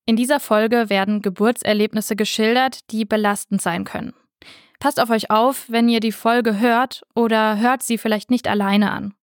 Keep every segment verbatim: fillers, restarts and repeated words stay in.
In dieser Folge werden Geburtserlebnisse geschildert, die belastend sein können. Passt auf euch auf, wenn ihr die Folge hört oder hört sie vielleicht nicht alleine an.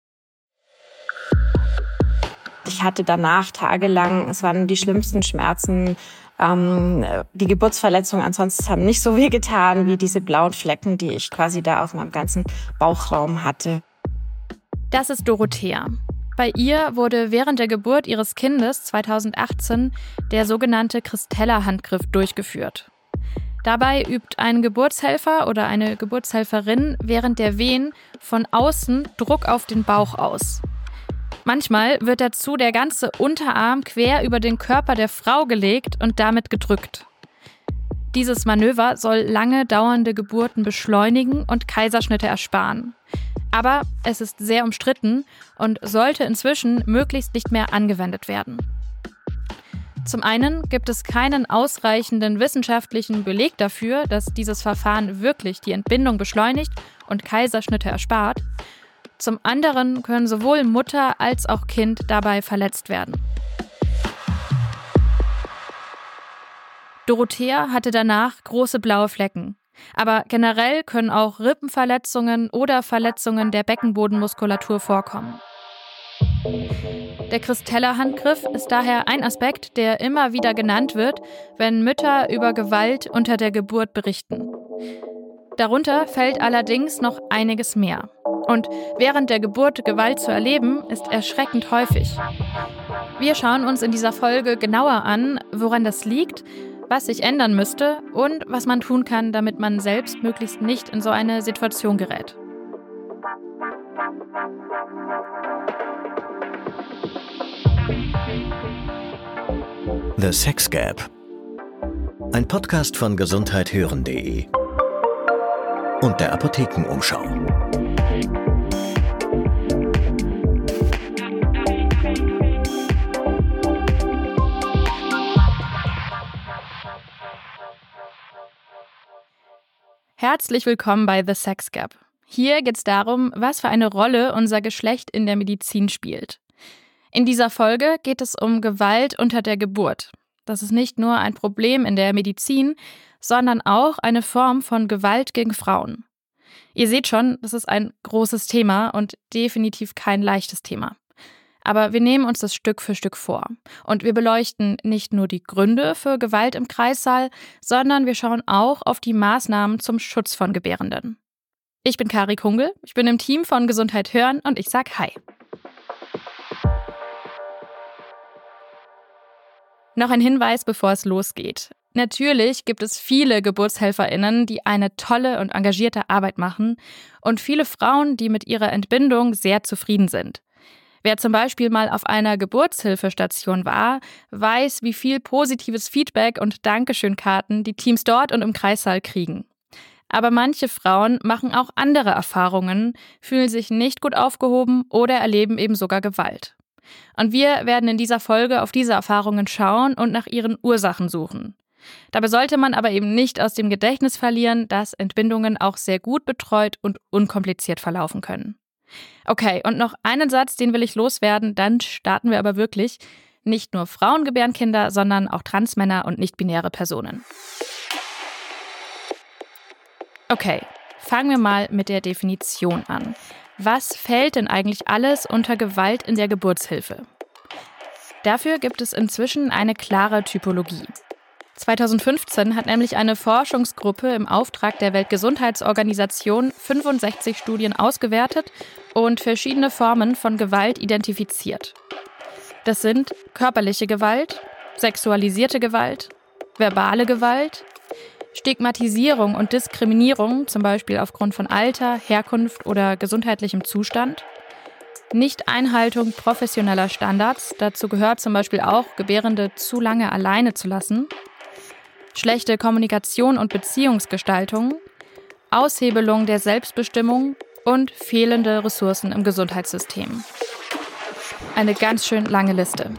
Ich hatte danach tagelang, es waren die schlimmsten Schmerzen. Ähm, die Geburtsverletzungen ansonsten haben nicht so weh getan wie diese blauen Flecken, die ich quasi da auf meinem ganzen Bauchraum hatte. Das ist Dorothea. Bei ihr wurde während der Geburt ihres Kindes zweitausendachtzehn der sogenannte Christella-Handgriff durchgeführt. Dabei übt ein Geburtshelfer oder eine Geburtshelferin während der Wehen von außen Druck auf den Bauch aus. Manchmal wird dazu der ganze Unterarm quer über den Körper der Frau gelegt und damit gedrückt. Dieses Manöver soll lange dauernde Geburten beschleunigen und Kaiserschnitte ersparen. Aber es ist sehr umstritten und sollte inzwischen möglichst nicht mehr angewendet werden. Zum einen gibt es keinen ausreichenden wissenschaftlichen Beleg dafür, dass dieses Verfahren wirklich die Entbindung beschleunigt und Kaiserschnitte erspart. Zum anderen können sowohl Mutter als auch Kind dabei verletzt werden. Dorothea hatte danach große blaue Flecken. Aber generell können auch Rippenverletzungen oder Verletzungen der Beckenbodenmuskulatur vorkommen. Der Christella-Handgriff ist daher ein Aspekt, der immer wieder genannt wird, wenn Mütter über Gewalt unter der Geburt berichten. Darunter fällt allerdings noch einiges mehr. Und während der Geburt Gewalt zu erleben, ist erschreckend häufig. Wir schauen uns in dieser Folge genauer an, woran das liegt, was sich ändern müsste und was man tun kann, damit man selbst möglichst nicht in so eine Situation gerät. The Sex Gap. Ein Podcast von gesundheit hören punkt de und der Apothekenumschau. Herzlich willkommen bei The Sex Gap. Hier geht es darum, was für eine Rolle unser Geschlecht in der Medizin spielt. In dieser Folge geht es um Gewalt unter der Geburt. Das ist nicht nur ein Problem in der Medizin, sondern auch eine Form von Gewalt gegen Frauen. Ihr seht schon, das ist ein großes Thema und definitiv kein leichtes Thema. Aber wir nehmen uns das Stück für Stück vor. Und wir beleuchten nicht nur die Gründe für Gewalt im Kreissaal, sondern wir schauen auch auf die Maßnahmen zum Schutz von Gebärenden. Ich bin Kari Kungel, ich bin im Team von Gesundheit hören und ich sag Hi. Noch ein Hinweis, bevor es losgeht. Natürlich gibt es viele GeburtshelferInnen, die eine tolle und engagierte Arbeit machen und viele Frauen, die mit ihrer Entbindung sehr zufrieden sind. Wer zum Beispiel mal auf einer Geburtshilfestation war, weiß, wie viel positives Feedback und Dankeschön-Karten die Teams dort und im Kreissaal kriegen. Aber manche Frauen machen auch andere Erfahrungen, fühlen sich nicht gut aufgehoben oder erleben eben sogar Gewalt. Und wir werden in dieser Folge auf diese Erfahrungen schauen und nach ihren Ursachen suchen. Dabei sollte man aber eben nicht aus dem Gedächtnis verlieren, dass Entbindungen auch sehr gut betreut und unkompliziert verlaufen können. Okay, und noch einen Satz, den will ich loswerden, dann starten wir aber wirklich. Nicht nur Frauen gebären Kinder, sondern auch Transmänner und nicht-binäre Personen. Okay, fangen wir mal mit der Definition an. Was fällt denn eigentlich alles unter Gewalt in der Geburtshilfe? Dafür gibt es inzwischen eine klare Typologie. zweitausendfünfzehn hat nämlich eine Forschungsgruppe im Auftrag der Weltgesundheitsorganisation fünfundsechzig Studien ausgewertet und verschiedene Formen von Gewalt identifiziert. Das sind körperliche Gewalt, sexualisierte Gewalt, verbale Gewalt, Stigmatisierung und Diskriminierung, zum Beispiel aufgrund von Alter, Herkunft oder gesundheitlichem Zustand, Nichteinhaltung professioneller Standards, dazu gehört zum Beispiel auch, Gebärende zu lange alleine zu lassen, schlechte Kommunikation und Beziehungsgestaltung, Aushebelung der Selbstbestimmung und fehlende Ressourcen im Gesundheitssystem. Eine ganz schön lange Liste.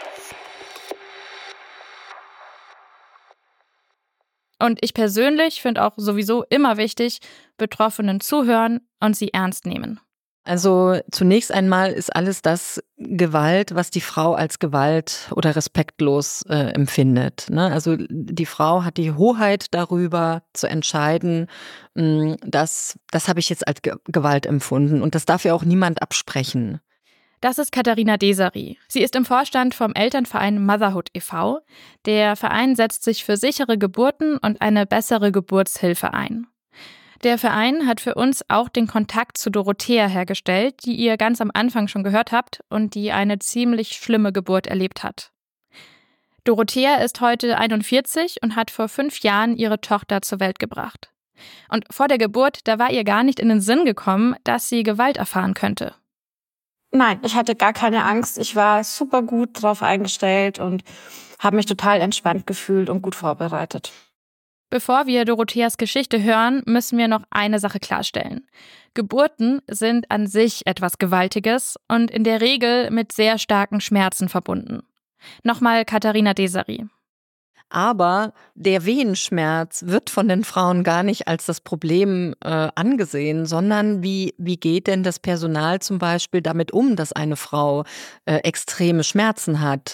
Und ich persönlich finde auch sowieso immer wichtig, Betroffenen zuhören und sie ernst nehmen. Also zunächst einmal ist alles das Gewalt, was die Frau als Gewalt oder respektlos äh, empfindet. Ne? Also die Frau hat die Hoheit darüber zu entscheiden, mh, dass das habe ich jetzt als Ge- Gewalt empfunden und das darf ja auch niemand absprechen. Das ist Katharina Desary. Sie ist im Vorstand vom Elternverein Motherhood e V Der Verein setzt sich für sichere Geburten und eine bessere Geburtshilfe ein. Der Verein hat für uns auch den Kontakt zu Dorothea hergestellt, die ihr ganz am Anfang schon gehört habt und die eine ziemlich schlimme Geburt erlebt hat. Dorothea ist heute einundvierzig und hat vor fünf Jahren ihre Tochter zur Welt gebracht. Und vor der Geburt, da war ihr gar nicht in den Sinn gekommen, dass sie Gewalt erfahren könnte. Nein, ich hatte gar keine Angst. Ich war super gut drauf eingestellt und habe mich total entspannt gefühlt und gut vorbereitet. Bevor wir Dorotheas Geschichte hören, müssen wir noch eine Sache klarstellen. Geburten sind an sich etwas Gewaltiges und in der Regel mit sehr starken Schmerzen verbunden. Nochmal Katharina Desary. Aber der Wehenschmerz wird von den Frauen gar nicht als das Problem äh, angesehen, sondern wie, wie geht denn das Personal zum Beispiel damit um, dass eine Frau äh, extreme Schmerzen hat?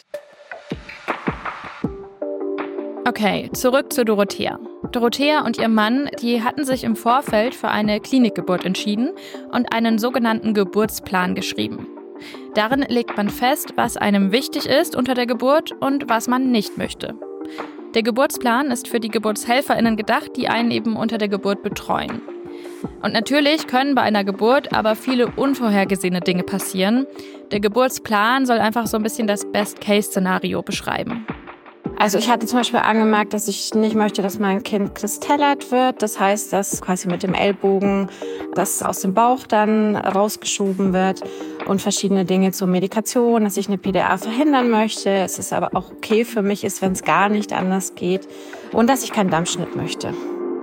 Okay, zurück zu Dorothea. Dorothea und ihr Mann, die hatten sich im Vorfeld für eine Klinikgeburt entschieden und einen sogenannten Geburtsplan geschrieben. Darin legt man fest, was einem wichtig ist unter der Geburt und was man nicht möchte. Der Geburtsplan ist für die GeburtshelferInnen gedacht, die einen eben unter der Geburt betreuen. Und natürlich können bei einer Geburt aber viele unvorhergesehene Dinge passieren. Der Geburtsplan soll einfach so ein bisschen das Best-Case-Szenario beschreiben. Also ich hatte zum Beispiel angemerkt, dass ich nicht möchte, dass mein Kind kristellert wird. Das heißt, dass quasi mit dem Ellbogen das aus dem Bauch dann rausgeschoben wird und verschiedene Dinge zur Medikation, dass ich eine P D A verhindern möchte. Es ist aber auch okay für mich ist, wenn es gar nicht anders geht und dass ich keinen Dammschnitt möchte.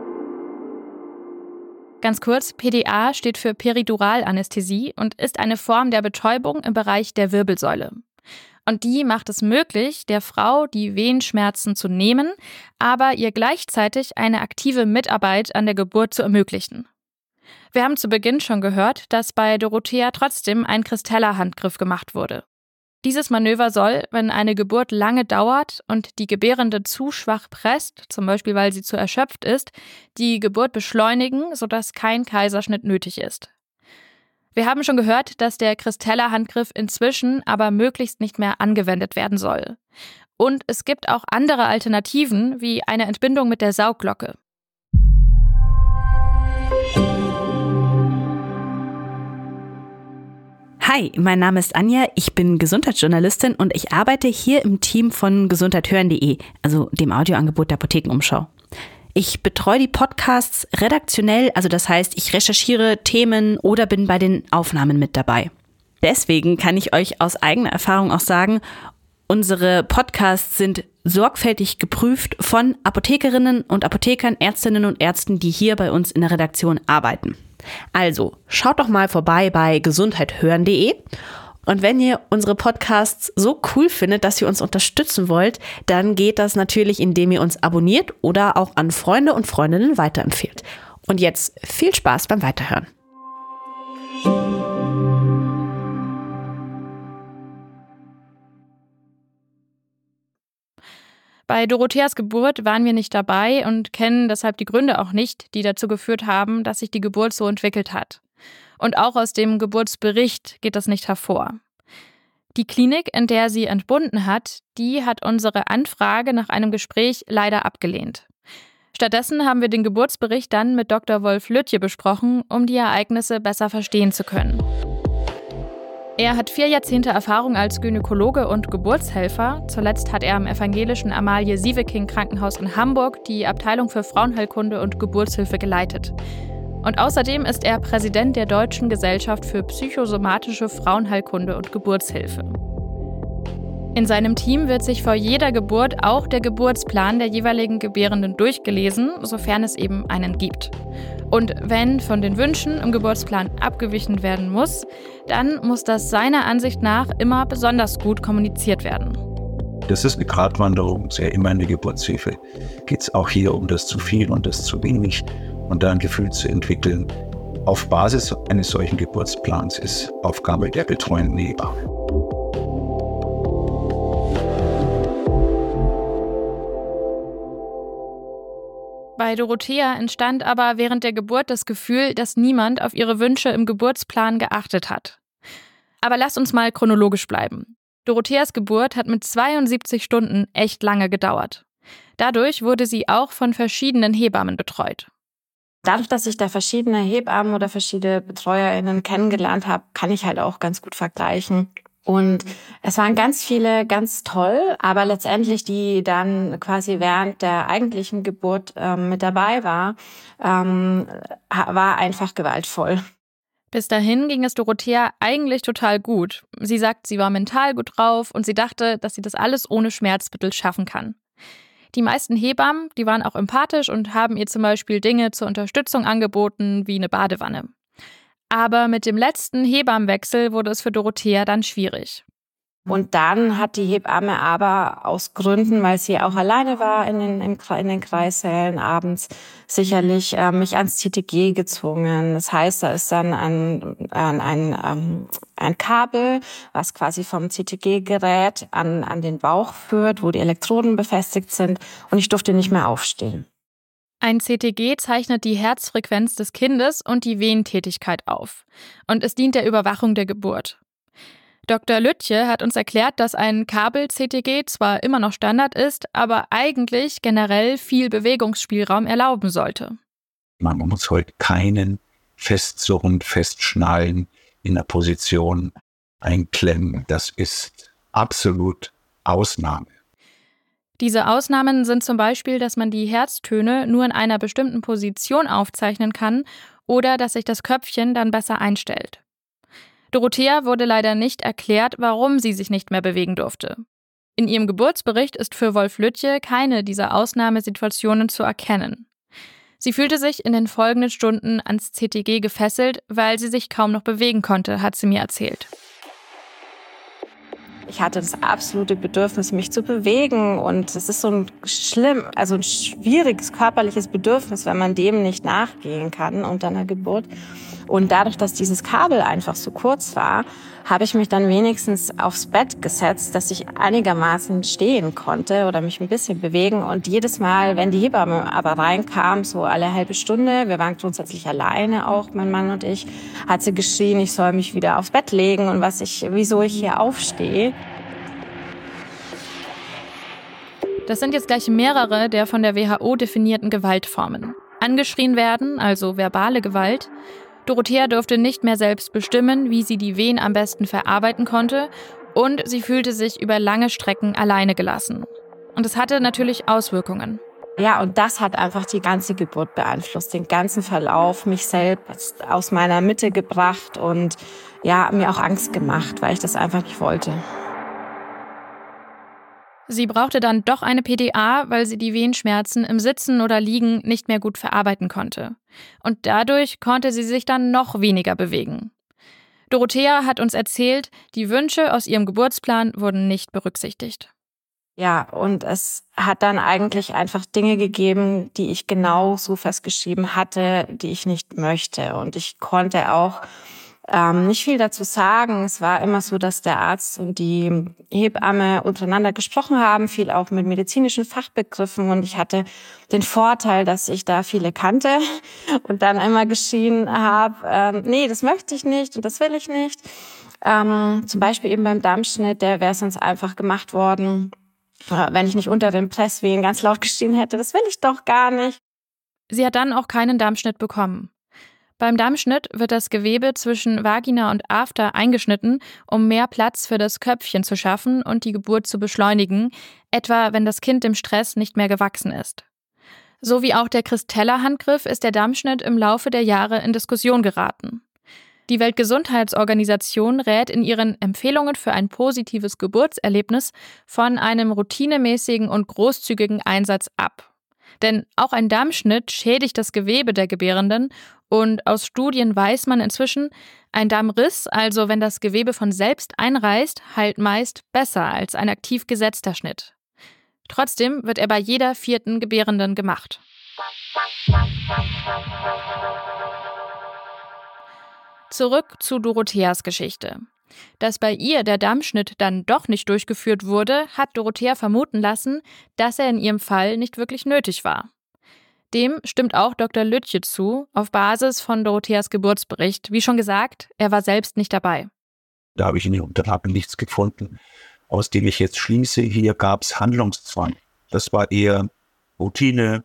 Ganz kurz, P D A steht für Periduralanästhesie und ist eine Form der Betäubung im Bereich der Wirbelsäule. Und die macht es möglich, der Frau die Wehenschmerzen zu nehmen, aber ihr gleichzeitig eine aktive Mitarbeit an der Geburt zu ermöglichen. Wir haben zu Beginn schon gehört, dass bei Dorothea trotzdem ein Kristeller-Handgriff gemacht wurde. Dieses Manöver soll, wenn eine Geburt lange dauert und die Gebärende zu schwach presst, zum Beispiel weil sie zu erschöpft ist, die Geburt beschleunigen, sodass kein Kaiserschnitt nötig ist. Wir haben schon gehört, dass der Kristeller-Handgriff inzwischen aber möglichst nicht mehr angewendet werden soll. Und es gibt auch andere Alternativen, wie eine Entbindung mit der Saugglocke. Hi, mein Name ist Anja, ich bin Gesundheitsjournalistin und ich arbeite hier im Team von gesundheit hören punkt de, also dem Audioangebot der Apothekenumschau. Ich betreue die Podcasts redaktionell, also das heißt, ich recherchiere Themen oder bin bei den Aufnahmen mit dabei. Deswegen kann ich euch aus eigener Erfahrung auch sagen, unsere Podcasts sind sorgfältig geprüft von Apothekerinnen und Apothekern, Ärztinnen und Ärzten, die hier bei uns in der Redaktion arbeiten. Also, schaut doch mal vorbei bei gesundheit hören punkt de. Und wenn ihr unsere Podcasts so cool findet, dass ihr uns unterstützen wollt, dann geht das natürlich, indem ihr uns abonniert oder auch an Freunde und Freundinnen weiterempfehlt. Und jetzt viel Spaß beim Weiterhören. Bei Dorotheas Geburt waren wir nicht dabei und kennen deshalb die Gründe auch nicht, die dazu geführt haben, dass sich die Geburt so entwickelt hat. Und auch aus dem Geburtsbericht geht das nicht hervor. Die Klinik, in der sie entbunden hat, die hat unsere Anfrage nach einem Gespräch leider abgelehnt. Stattdessen haben wir den Geburtsbericht dann mit Doktor Wolf Lüttje besprochen, um die Ereignisse besser verstehen zu können. Er hat vier Jahrzehnte Erfahrung als Gynäkologe und Geburtshelfer. Zuletzt hat er am evangelischen Amalie-Sieveking-Krankenhaus in Hamburg die Abteilung für Frauenheilkunde und Geburtshilfe geleitet. Und außerdem ist er Präsident der Deutschen Gesellschaft für psychosomatische Frauenheilkunde und Geburtshilfe. In seinem Team wird sich vor jeder Geburt auch der Geburtsplan der jeweiligen Gebärenden durchgelesen, sofern es eben einen gibt. Und wenn von den Wünschen im Geburtsplan abgewichen werden muss, dann muss das seiner Ansicht nach immer besonders gut kommuniziert werden. Das ist eine Gratwanderung, sehr immer in der Geburtshilfe. Geht es auch hier um das zu viel und das zu wenig und da ein Gefühl zu entwickeln, auf Basis eines solchen Geburtsplans ist Aufgabe der betreuenden Hebamme. Bei Dorothea entstand aber während der Geburt das Gefühl, dass niemand auf ihre Wünsche im Geburtsplan geachtet hat. Aber lasst uns mal chronologisch bleiben. Dorotheas Geburt hat mit zweiundsiebzig Stunden echt lange gedauert. Dadurch wurde sie auch von verschiedenen Hebammen betreut. Dadurch, dass ich da verschiedene Hebammen oder verschiedene BetreuerInnen kennengelernt habe, kann ich halt auch ganz gut vergleichen. Und es waren ganz viele ganz toll, aber letztendlich, die dann quasi während der eigentlichen Geburt ähm, mit dabei war, ähm, war einfach gewaltvoll. Bis dahin ging es Dorothea eigentlich total gut. Sie sagt, sie war mental gut drauf und sie dachte, dass sie das alles ohne Schmerzmittel schaffen kann. Die meisten Hebammen, die waren auch empathisch und haben ihr zum Beispiel Dinge zur Unterstützung angeboten, wie eine Badewanne. Aber mit dem letzten Hebammenwechsel wurde es für Dorothea dann schwierig. Und dann hat die Hebamme aber aus Gründen, weil sie auch alleine war in den, in den Kreissälen abends, sicherlich äh, mich ans C T G gezwungen. Das heißt, da ist dann ein, ein, ein, ähm, ein Kabel, was quasi vom C T G-Gerät an, an den Bauch führt, wo die Elektroden befestigt sind. Und ich durfte nicht mehr aufstehen. Ein C T G zeichnet die Herzfrequenz des Kindes und die Venentätigkeit auf. Und es dient der Überwachung der Geburt. Doktor Lütje hat uns erklärt, dass ein Kabel-C T G zwar immer noch Standard ist, aber eigentlich generell viel Bewegungsspielraum erlauben sollte. Man muss heute keinen festzurren, festschnallen, in der Position einklemmen. Das ist absolut Ausnahme. Diese Ausnahmen sind zum Beispiel, dass man die Herztöne nur in einer bestimmten Position aufzeichnen kann oder dass sich das Köpfchen dann besser einstellt. Dorothea wurde leider nicht erklärt, warum sie sich nicht mehr bewegen durfte. In ihrem Geburtsbericht ist für Wolf Lütje keine dieser Ausnahmesituationen zu erkennen. Sie fühlte sich in den folgenden Stunden ans C T G gefesselt, weil sie sich kaum noch bewegen konnte, hat sie mir erzählt. Ich hatte das absolute Bedürfnis, mich zu bewegen, und es ist so ein schlimm, also ein schwieriges körperliches Bedürfnis, wenn man dem nicht nachgehen kann unter einer Geburt. Und dadurch, dass dieses Kabel einfach so kurz war, habe ich mich dann wenigstens aufs Bett gesetzt, dass ich einigermaßen stehen konnte oder mich ein bisschen bewegen. Und jedes Mal, wenn die Hebamme aber reinkam, so alle halbe Stunde, wir waren grundsätzlich alleine auch, mein Mann und ich, hat sie geschrien, ich soll mich wieder aufs Bett legen und was ich, wieso ich hier aufstehe. Das sind jetzt gleich mehrere der von der W H O definierten Gewaltformen. Angeschrien werden, also verbale Gewalt. Dorothea durfte nicht mehr selbst bestimmen, wie sie die Wehen am besten verarbeiten konnte, und sie fühlte sich über lange Strecken alleine gelassen. Und es hatte natürlich Auswirkungen. Ja, und das hat einfach die ganze Geburt beeinflusst, den ganzen Verlauf, mich selbst aus meiner Mitte gebracht und ja, mir auch Angst gemacht, weil ich das einfach nicht wollte. Sie brauchte dann doch eine P D A, weil sie die Wehenschmerzen im Sitzen oder Liegen nicht mehr gut verarbeiten konnte. Und dadurch konnte sie sich dann noch weniger bewegen. Dorothea hat uns erzählt, die Wünsche aus ihrem Geburtsplan wurden nicht berücksichtigt. Ja, und es hat dann eigentlich einfach Dinge gegeben, die ich genau so festgeschrieben hatte, die ich nicht möchte. Und ich konnte auch ähm, nicht viel dazu sagen. Es war immer so, dass der Arzt und die Hebamme untereinander gesprochen haben, viel auch mit medizinischen Fachbegriffen. Und ich hatte den Vorteil, dass ich da viele kannte und dann einmal geschrien habe, ähm, nee, das möchte ich nicht und das will ich nicht. Ähm, zum Beispiel eben beim Dammschnitt, der wäre sonst einfach gemacht worden, wenn ich nicht unter den Presswehen ganz laut geschrien hätte, das will ich doch gar nicht. Sie hat dann auch keinen Dammschnitt bekommen. Beim Dammschnitt wird das Gewebe zwischen Vagina und After eingeschnitten, um mehr Platz für das Köpfchen zu schaffen und die Geburt zu beschleunigen, etwa wenn das Kind dem Stress nicht mehr gewachsen ist. So wie auch der Christella-Handgriff ist der Dammschnitt im Laufe der Jahre in Diskussion geraten. Die Weltgesundheitsorganisation rät in ihren Empfehlungen für ein positives Geburtserlebnis von einem routinemäßigen und großzügigen Einsatz ab. Denn auch ein Dammschnitt schädigt das Gewebe der Gebärenden und aus Studien weiß man inzwischen, ein Dammriss, also wenn das Gewebe von selbst einreißt, heilt meist besser als ein aktiv gesetzter Schnitt. Trotzdem wird er bei jeder vierten Gebärenden gemacht. Zurück zu Dorotheas Geschichte. Dass bei ihr der Dammschnitt dann doch nicht durchgeführt wurde, hat Dorothea vermuten lassen, dass er in ihrem Fall nicht wirklich nötig war. Dem stimmt auch Doktor Lütje zu, auf Basis von Dorotheas Geburtsbericht. Wie schon gesagt, er war selbst nicht dabei. Da habe ich in den Unterlagen nichts gefunden, aus dem ich jetzt schließe, hier gab es Handlungszwang. Das war eher Routine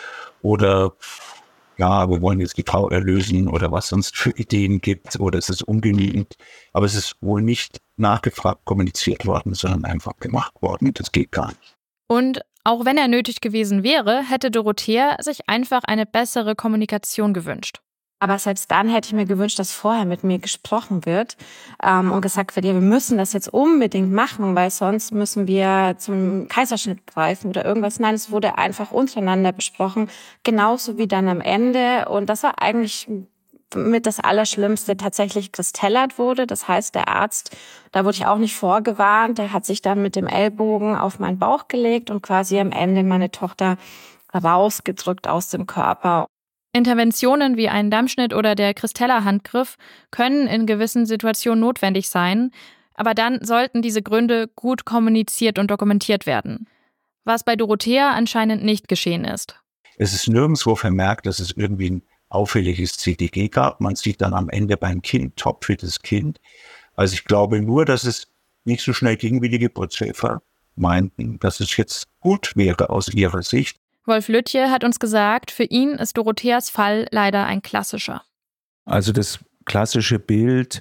oder ja, wir wollen jetzt die Frau erlösen oder was sonst für Ideen gibt oder es ist ungenügend. Aber es ist wohl nicht nachgefragt kommuniziert worden, sondern einfach gemacht worden. Das geht gar nicht. Und auch wenn er nötig gewesen wäre, hätte Dorothea sich einfach eine bessere Kommunikation gewünscht. Aber selbst dann hätte ich mir gewünscht, dass vorher mit mir gesprochen wird ähm, und gesagt wird, ja, wir müssen das jetzt unbedingt machen, weil sonst müssen wir zum Kaiserschnitt greifen oder irgendwas. Nein, es wurde einfach untereinander besprochen, genauso wie dann am Ende. Und das war eigentlich mit das Allerschlimmste, tatsächlich gestellert wurde. Das heißt, der Arzt, da wurde ich auch nicht vorgewarnt, der hat sich dann mit dem Ellbogen auf meinen Bauch gelegt und quasi am Ende meine Tochter rausgedrückt aus dem Körper. Interventionen wie ein Dammschnitt oder der Christella-Handgriff können in gewissen Situationen notwendig sein, aber dann sollten diese Gründe gut kommuniziert und dokumentiert werden. Was bei Dorothea anscheinend nicht geschehen ist. Es ist nirgendwo vermerkt, dass es irgendwie ein auffälliges C T G gab. Man sieht dann am Ende beim Kind, topfittes Kind. Also ich glaube nur, dass es nicht so schnell ging, wie die Geburtshelfer meinten, dass es jetzt gut wäre aus ihrer Sicht. Wolf Lütje hat uns gesagt, für ihn ist Dorotheas Fall leider ein klassischer. Also das klassische Bild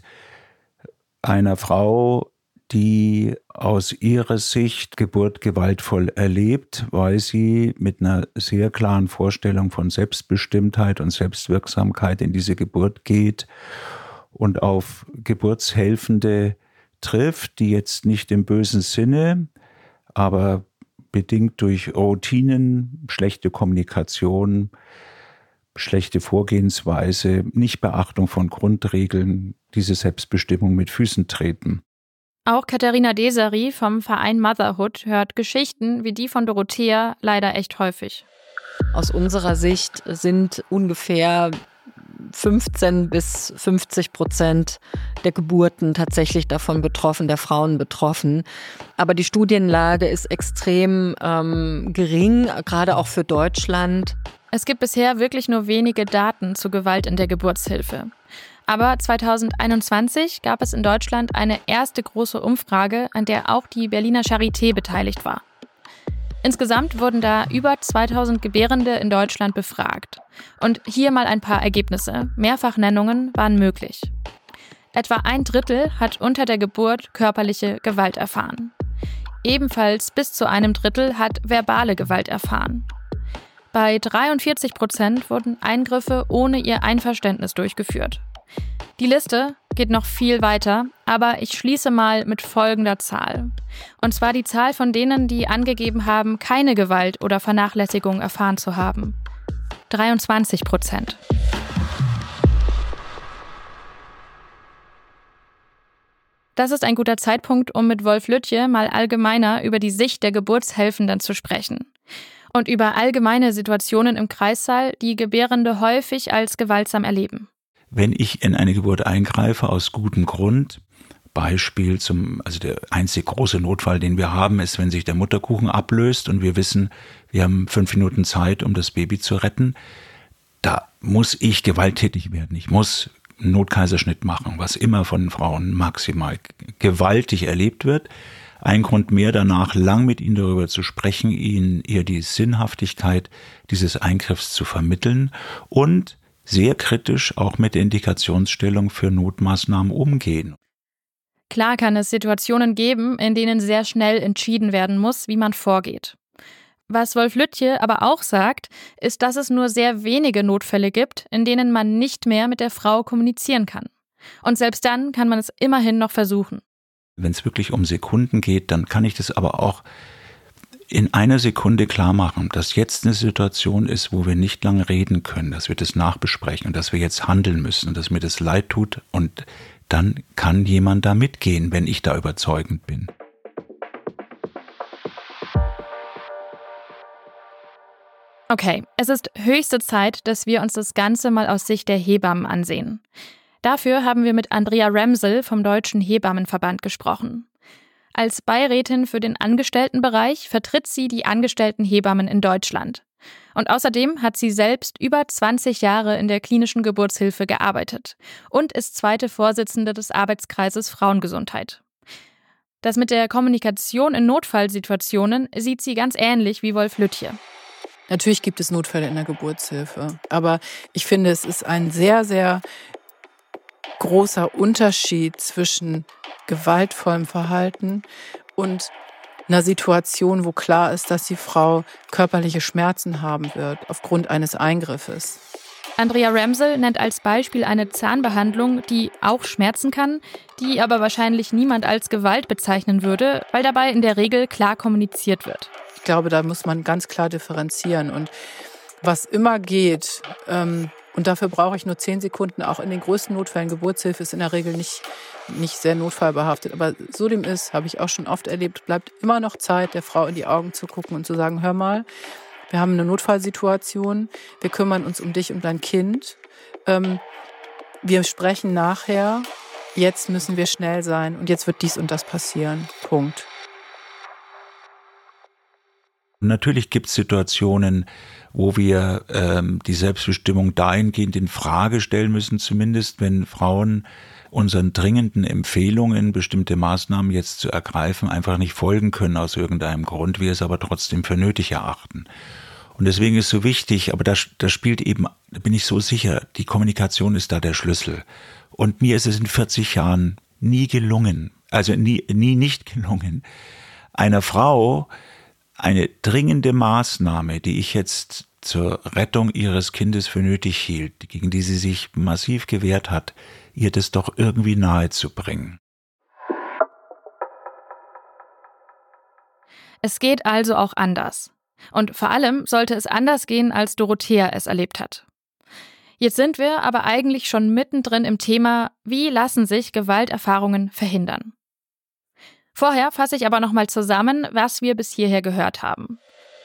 einer Frau, die aus ihrer Sicht Geburt gewaltvoll erlebt, weil sie mit einer sehr klaren Vorstellung von Selbstbestimmtheit und Selbstwirksamkeit in diese Geburt geht und auf Geburtshelfende trifft, die jetzt nicht im bösen Sinne, aber bedingt durch Routinen, schlechte Kommunikation, schlechte Vorgehensweise, Nichtbeachtung von Grundregeln, diese Selbstbestimmung mit Füßen treten. Auch Katharina Desari vom Verein Motherhood hört Geschichten wie die von Dorothea leider echt häufig. Aus unserer Sicht sind ungefähr fünfzehn bis fünfzig Prozent der Geburten tatsächlich davon betroffen, der Frauen betroffen. Aber die Studienlage ist extrem ähm, gering, gerade auch für Deutschland. Es gibt bisher wirklich nur wenige Daten zu Gewalt in der Geburtshilfe. Aber zweitausendeinundzwanzig gab es in Deutschland eine erste große Umfrage, an der auch die Berliner Charité beteiligt war. Insgesamt wurden da über zweitausend Gebärende in Deutschland befragt. Und hier mal ein paar Ergebnisse. Mehrfachnennungen waren möglich. Etwa ein Drittel hat unter der Geburt körperliche Gewalt erfahren. Ebenfalls bis zu einem Drittel hat verbale Gewalt erfahren. Bei dreiundvierzig Prozent wurden Eingriffe ohne ihr Einverständnis durchgeführt. Die Liste geht noch viel weiter, aber ich schließe mal mit folgender Zahl. Und zwar die Zahl von denen, die angegeben haben, keine Gewalt oder Vernachlässigung erfahren zu haben. dreiundzwanzig Prozent. Das ist ein guter Zeitpunkt, um mit Wolf Lütje mal allgemeiner über die Sicht der Geburtshelfenden zu sprechen. Und über allgemeine Situationen im Kreissaal, die Gebärende häufig als gewaltsam erleben. Wenn ich in eine Geburt eingreife aus gutem Grund, Beispiel zum, also der einzig große Notfall, den wir haben, ist, wenn sich der Mutterkuchen ablöst und wir wissen, wir haben fünf Minuten Zeit, um das Baby zu retten, da muss ich gewalttätig werden. Ich muss einen Notkaiserschnitt machen, was immer von Frauen maximal gewaltig erlebt wird. Ein Grund mehr danach, lang mit ihnen darüber zu sprechen, ihnen eher die Sinnhaftigkeit dieses Eingriffs zu vermitteln und sehr kritisch auch mit der Indikationsstellung für Notmaßnahmen umgehen. Klar kann es Situationen geben, in denen sehr schnell entschieden werden muss, wie man vorgeht. Was Wolf Lütje aber auch sagt, ist, dass es nur sehr wenige Notfälle gibt, in denen man nicht mehr mit der Frau kommunizieren kann. Und selbst dann kann man es immerhin noch versuchen. Wenn es wirklich um Sekunden geht, dann kann ich das aber auch in einer Sekunde klar machen, dass jetzt eine Situation ist, wo wir nicht lange reden können, dass wir das nachbesprechen und dass wir jetzt handeln müssen und dass mir das leid tut und dann kann jemand da mitgehen, wenn ich da überzeugend bin. Okay, es ist höchste Zeit, dass wir uns das Ganze mal aus Sicht der Hebammen ansehen. Dafür haben wir mit Andrea Remsel vom Deutschen Hebammenverband gesprochen. Als Beirätin für den Angestelltenbereich vertritt sie die angestellten Hebammen in Deutschland. Und außerdem hat sie selbst über zwanzig Jahre in der klinischen Geburtshilfe gearbeitet und ist zweite Vorsitzende des Arbeitskreises Frauengesundheit. Das mit der Kommunikation in Notfallsituationen sieht sie ganz ähnlich wie Wolf Lüttje. Natürlich gibt es Notfälle in der Geburtshilfe, aber ich finde, es ist ein sehr, sehr großer Unterschied zwischen gewaltvollem Verhalten und einer Situation, wo klar ist, dass die Frau körperliche Schmerzen haben wird aufgrund eines Eingriffes. Andrea Remsel nennt als Beispiel eine Zahnbehandlung, die auch schmerzen kann, die aber wahrscheinlich niemand als Gewalt bezeichnen würde, weil dabei in der Regel klar kommuniziert wird. Ich glaube, da muss man ganz klar differenzieren. Und was immer geht, ähm, und dafür brauche ich nur zehn Sekunden, auch in den größten Notfällen, Geburtshilfe ist in der Regel nicht, nicht sehr notfallbehaftet. Aber so dem ist, habe ich auch schon oft erlebt, bleibt immer noch Zeit, der Frau in die Augen zu gucken und zu sagen, hör mal, wir haben eine Notfallsituation, wir kümmern uns um dich und dein Kind. Ähm, wir sprechen nachher, jetzt müssen wir schnell sein und jetzt wird dies und das passieren. Punkt. Natürlich gibt es Situationen, wo wir ähm, die Selbstbestimmung dahingehend in Frage stellen müssen, zumindest wenn Frauen unseren dringenden Empfehlungen, bestimmte Maßnahmen jetzt zu ergreifen, einfach nicht folgen können aus irgendeinem Grund, wir es aber trotzdem für nötig erachten. Und deswegen ist so wichtig, aber da, da spielt eben, da bin ich so sicher, die Kommunikation ist da der Schlüssel. Und mir ist es in vierzig Jahren nie gelungen, also nie, nie nicht gelungen, einer Frau eine dringende Maßnahme, die ich jetzt zur Rettung ihres Kindes für nötig hielt, gegen die sie sich massiv gewehrt hat, ihr das doch irgendwie nahe zu bringen. Es geht also auch anders. Und vor allem sollte es anders gehen, als Dorothea es erlebt hat. Jetzt sind wir aber eigentlich schon mittendrin im Thema, wie lassen sich Gewalterfahrungen verhindern? Vorher fasse ich aber nochmal zusammen, was wir bis hierher gehört haben.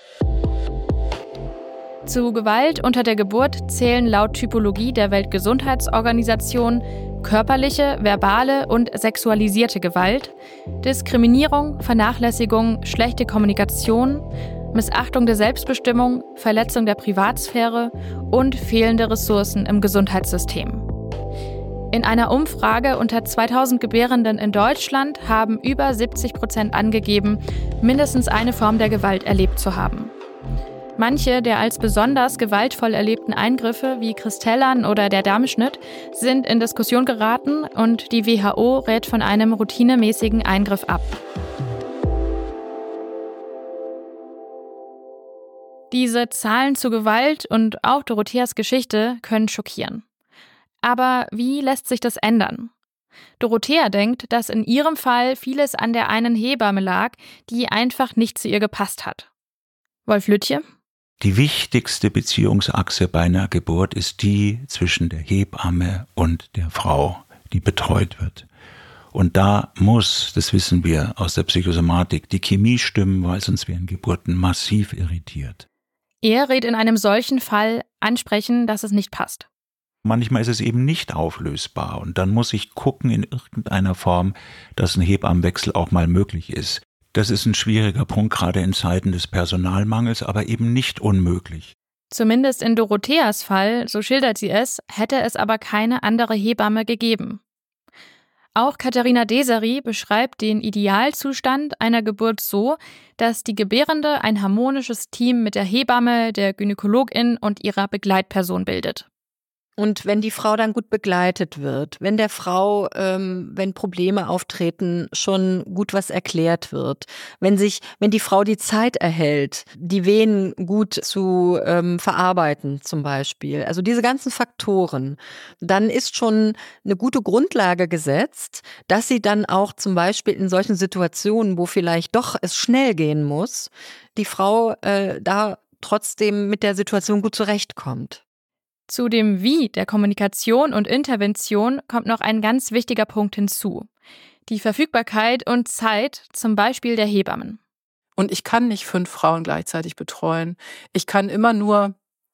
Zu Gewalt unter der Geburt zählen laut Typologie der Weltgesundheitsorganisation körperliche, verbale und sexualisierte Gewalt, Diskriminierung, Vernachlässigung, schlechte Kommunikation, Missachtung der Selbstbestimmung, Verletzung der Privatsphäre und fehlende Ressourcen im Gesundheitssystem. In einer Umfrage unter zweitausend Gebärenden in Deutschland haben über siebzig Prozent angegeben, mindestens eine Form der Gewalt erlebt zu haben. Manche der als besonders gewaltvoll erlebten Eingriffe wie Kristellern oder der Dammschnitt sind in Diskussion geraten und die W H O rät von einem routinemäßigen Eingriff ab. Diese Zahlen zu Gewalt und auch Dorotheas Geschichte können schockieren. Aber wie lässt sich das ändern? Dorothea denkt, dass in ihrem Fall vieles an der einen Hebamme lag, die einfach nicht zu ihr gepasst hat. Wolf Lüttje? Die wichtigste Beziehungsachse bei einer Geburt ist die zwischen der Hebamme und der Frau, die betreut wird. Und da muss, das wissen wir aus der Psychosomatik, die Chemie stimmen, weil sonst werden Geburten massiv irritiert. Er rät in einem solchen Fall ansprechen, dass es nicht passt. Manchmal ist es eben nicht auflösbar und dann muss ich gucken in irgendeiner Form, dass ein Hebammenwechsel auch mal möglich ist. Das ist ein schwieriger Punkt, gerade in Zeiten des Personalmangels, aber eben nicht unmöglich. Zumindest in Dorotheas Fall, so schildert sie es, hätte es aber keine andere Hebamme gegeben. Auch Katharina Desary beschreibt den Idealzustand einer Geburt so, dass die Gebärende ein harmonisches Team mit der Hebamme, der Gynäkologin und ihrer Begleitperson bildet. Und wenn die Frau dann gut begleitet wird, wenn der Frau, ähm, wenn Probleme auftreten, schon gut was erklärt wird, wenn sich, wenn die Frau die Zeit erhält, die Wehen gut zu ähm, verarbeiten zum Beispiel, also diese ganzen Faktoren, dann ist schon eine gute Grundlage gesetzt, dass sie dann auch zum Beispiel in solchen Situationen, wo vielleicht doch es schnell gehen muss, die Frau äh, da trotzdem mit der Situation gut zurechtkommt. Zu dem Wie der Kommunikation und Intervention kommt noch ein ganz wichtiger Punkt hinzu. Die Verfügbarkeit und Zeit, zum Beispiel der Hebammen. Und ich kann nicht fünf Frauen gleichzeitig betreuen. Ich kann immer nur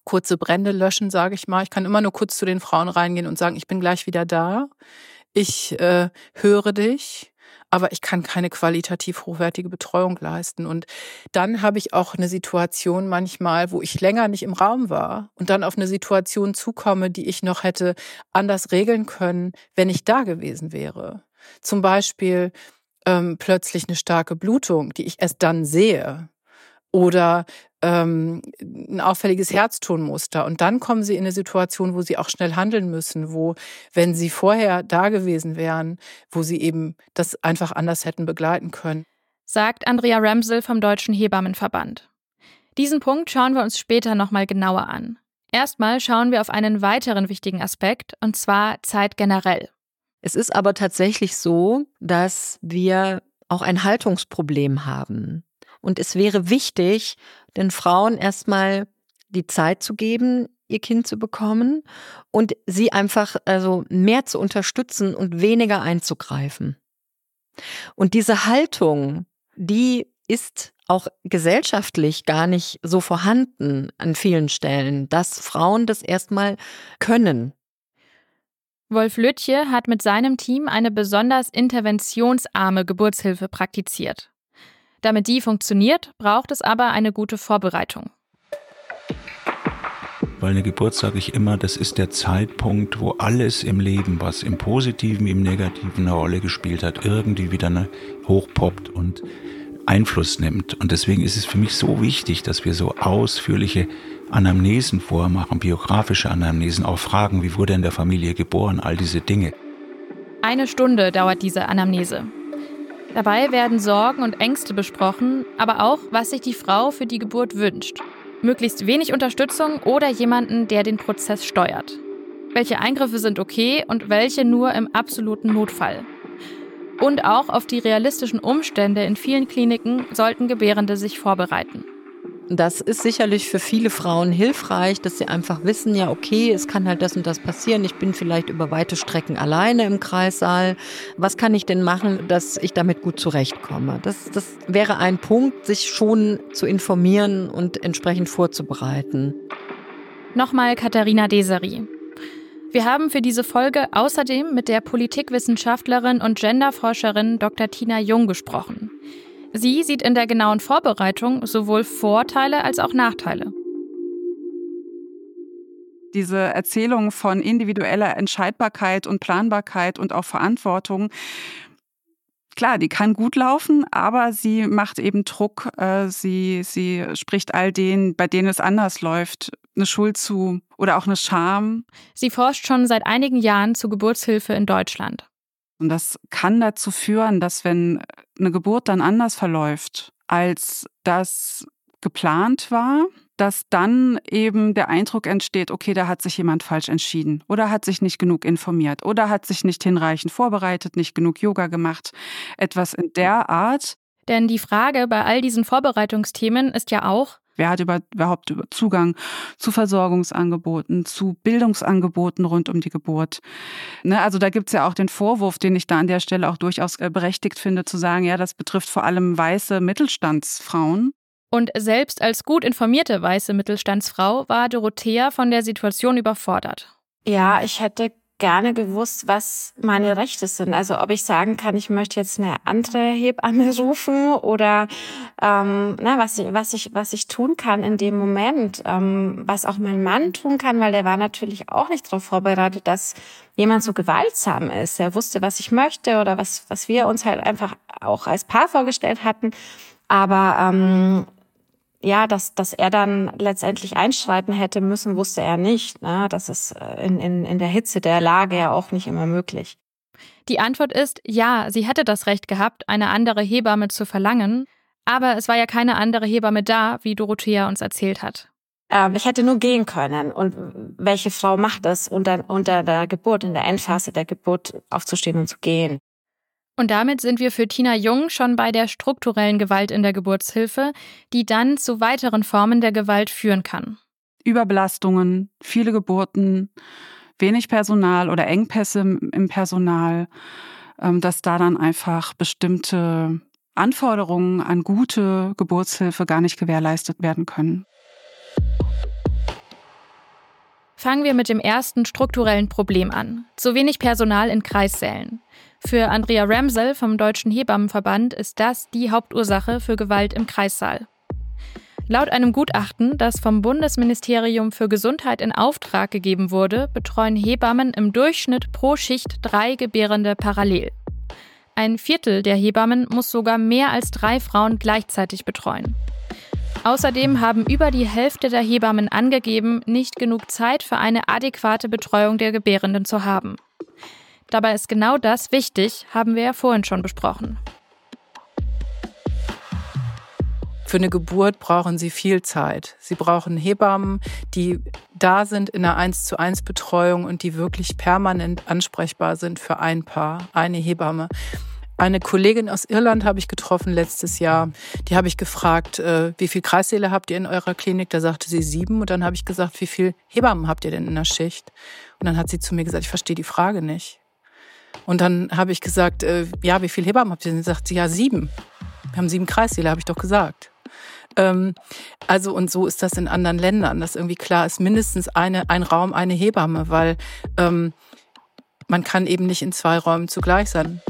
kurze Brände löschen, sage ich mal. Ich kann immer nur kurz zu den Frauen reingehen und sagen, ich bin gleich wieder da. Ich äh, höre dich, aber ich kann keine qualitativ hochwertige Betreuung leisten. Und dann habe ich auch eine Situation manchmal, wo ich länger nicht im Raum war und dann auf eine Situation zukomme, die ich noch hätte anders regeln können, wenn ich da gewesen wäre. Zum Beispiel ähm, plötzlich eine starke Blutung, die ich erst dann sehe. Oder ähm, ein auffälliges Herztonmuster. Und dann kommen sie in eine Situation, wo sie auch schnell handeln müssen, wo, wenn sie vorher da gewesen wären, wo sie eben das einfach anders hätten begleiten können. Sagt Andrea Ramsel vom Deutschen Hebammenverband. Diesen Punkt schauen wir uns später nochmal genauer an. Erstmal schauen wir auf einen weiteren wichtigen Aspekt, und zwar Zeit generell. Es ist aber tatsächlich so, dass wir auch ein Haltungsproblem haben. Und es wäre wichtig, den Frauen erstmal die Zeit zu geben, ihr Kind zu bekommen und sie einfach also mehr zu unterstützen und weniger einzugreifen. Und diese Haltung, die ist auch gesellschaftlich gar nicht so vorhanden an vielen Stellen, dass Frauen das erstmal können. Wolf Lütje hat mit seinem Team eine besonders interventionsarme Geburtshilfe praktiziert. Damit die funktioniert, braucht es aber eine gute Vorbereitung. Weil eine Geburt, sage ich immer, das ist der Zeitpunkt, wo alles im Leben, was im Positiven wie im Negativen eine Rolle gespielt hat, irgendwie wieder hochpoppt und Einfluss nimmt. Und deswegen ist es für mich so wichtig, dass wir so ausführliche Anamnesen vormachen, biografische Anamnesen, auch Fragen, wie wurde in der Familie geboren, all diese Dinge. Eine Stunde dauert diese Anamnese. Dabei werden Sorgen und Ängste besprochen, aber auch, was sich die Frau für die Geburt wünscht. Möglichst wenig Unterstützung oder jemanden, der den Prozess steuert. Welche Eingriffe sind okay und welche nur im absoluten Notfall. Und auch auf die realistischen Umstände in vielen Kliniken sollten Gebärende sich vorbereiten. Das ist sicherlich für viele Frauen hilfreich, dass sie einfach wissen, ja okay, es kann halt das und das passieren. Ich bin vielleicht über weite Strecken alleine im Kreissaal. Was kann ich denn machen, dass ich damit gut zurechtkomme? Das, das wäre ein Punkt, sich schon zu informieren und entsprechend vorzubereiten. Nochmal Katharina Deseri. Wir haben für diese Folge außerdem mit der Politikwissenschaftlerin und Genderforscherin Doktor Tina Jung gesprochen. Sie sieht in der genauen Vorbereitung sowohl Vorteile als auch Nachteile. Diese Erzählung von individueller Entscheidbarkeit und Planbarkeit und auch Verantwortung, klar, die kann gut laufen, aber sie macht eben Druck. Sie, sie spricht all denen, bei denen es anders läuft, eine Schuld zu oder auch eine Scham. Sie forscht schon seit einigen Jahren zu Geburtshilfe in Deutschland. Und das kann dazu führen, dass wenn eine Geburt dann anders verläuft, als das geplant war, dass dann eben der Eindruck entsteht, okay, da hat sich jemand falsch entschieden oder hat sich nicht genug informiert oder hat sich nicht hinreichend vorbereitet, nicht genug Yoga gemacht, etwas in der Art. Denn die Frage bei all diesen Vorbereitungsthemen ist ja auch, wer hat überhaupt Zugang zu Versorgungsangeboten, zu Bildungsangeboten rund um die Geburt? Ne, also da gibt es ja auch den Vorwurf, den ich da an der Stelle auch durchaus berechtigt finde, zu sagen, ja, das betrifft vor allem weiße Mittelstandsfrauen. Und selbst als gut informierte weiße Mittelstandsfrau war Dorothea von der Situation überfordert. Ja, ich hätte gerne gewusst, was meine Rechte sind. Also ob ich sagen kann, ich möchte jetzt eine andere Hebamme rufen oder ähm, na, was, ich, was, ich, was ich tun kann in dem Moment, ähm, was auch mein Mann tun kann, weil der war natürlich auch nicht darauf vorbereitet, dass jemand so gewaltsam ist. Er wusste, was ich möchte oder was, was wir uns halt einfach auch als Paar vorgestellt hatten. Aber ähm, ja, dass, dass er dann letztendlich einschreiten hätte müssen, wusste er nicht. Ne? Das ist in, in, in der Hitze der Lage ja auch nicht immer möglich. Die Antwort ist, ja, sie hätte das Recht gehabt, eine andere Hebamme zu verlangen. Aber es war ja keine andere Hebamme da, wie Dorothea uns erzählt hat. Ähm, ich hätte nur gehen können. Und welche Frau macht es, unter, unter der Geburt, in der Endphase der Geburt aufzustehen und zu gehen? Und damit sind wir für Tina Jung schon bei der strukturellen Gewalt in der Geburtshilfe, die dann zu weiteren Formen der Gewalt führen kann. Überbelastungen, viele Geburten, wenig Personal oder Engpässe im Personal, dass da dann einfach bestimmte Anforderungen an gute Geburtshilfe gar nicht gewährleistet werden können. Fangen wir mit dem ersten strukturellen Problem an. Zu wenig Personal in Kreissälen. Für Andrea Ramsel vom Deutschen Hebammenverband ist das die Hauptursache für Gewalt im Kreissaal. Laut einem Gutachten, das vom Bundesministerium für Gesundheit in Auftrag gegeben wurde, betreuen Hebammen im Durchschnitt pro Schicht drei Gebärende parallel. Ein Viertel der Hebammen muss sogar mehr als drei Frauen gleichzeitig betreuen. Außerdem haben über die Hälfte der Hebammen angegeben, nicht genug Zeit für eine adäquate Betreuung der Gebärenden zu haben. Dabei ist genau das wichtig, haben wir ja vorhin schon besprochen. Für eine Geburt brauchen sie viel Zeit. Sie brauchen Hebammen, die da sind in einer eins zu eins Betreuung und die wirklich permanent ansprechbar sind für ein Paar, eine Hebamme. Eine Kollegin aus Irland habe ich getroffen letztes Jahr. Die habe ich gefragt, äh, wie viele Kreissäle habt ihr in eurer Klinik? Da sagte sie sieben. Und dann habe ich gesagt, wie viele Hebammen habt ihr denn in der Schicht? Und dann hat sie zu mir gesagt, ich verstehe die Frage nicht. Und dann habe ich gesagt, äh, ja, wie viele Hebammen habt ihr denn? Sagt sie, ja, sieben. Wir haben sieben Kreissäle, habe ich doch gesagt. Ähm, also und so ist das in anderen Ländern, dass irgendwie klar ist, mindestens eine, ein Raum, eine Hebamme, weil ähm, man kann eben nicht in zwei Räumen zugleich sein.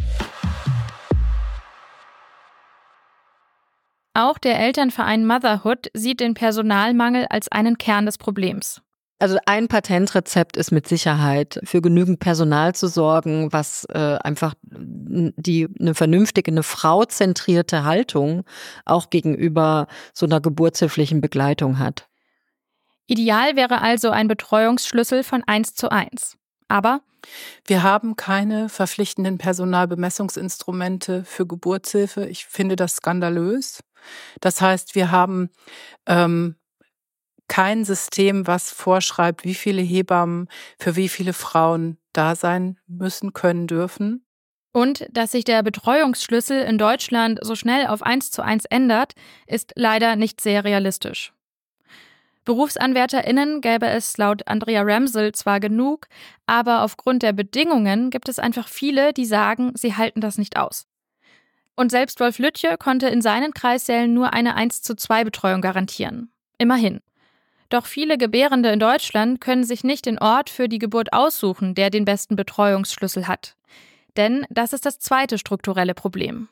Auch der Elternverein Motherhood sieht den Personalmangel als einen Kern des Problems. Also ein Patentrezept ist mit Sicherheit, für genügend Personal zu sorgen, was äh, einfach die eine vernünftige, eine frauzentrierte Haltung auch gegenüber so einer geburtshilflichen Begleitung hat. Ideal wäre also ein Betreuungsschlüssel von eins zu eins. Aber wir haben keine verpflichtenden Personalbemessungsinstrumente für Geburtshilfe. Ich finde das skandalös. Das heißt, wir haben ähm, kein System, was vorschreibt, wie viele Hebammen für wie viele Frauen da sein müssen, können, dürfen. Und dass sich der Betreuungsschlüssel in Deutschland so schnell auf eins zu eins ändert, ist leider nicht sehr realistisch. BerufsanwärterInnen gäbe es laut Andrea Ramsel zwar genug, aber aufgrund der Bedingungen gibt es einfach viele, die sagen, sie halten das nicht aus. Und selbst Wolf Lüttje konnte in seinen Kreissälen nur eine eins zu zwei Betreuung garantieren. Immerhin. Doch viele Gebärende in Deutschland können sich nicht den Ort für die Geburt aussuchen, der den besten Betreuungsschlüssel hat. Denn das ist das zweite strukturelle Problem.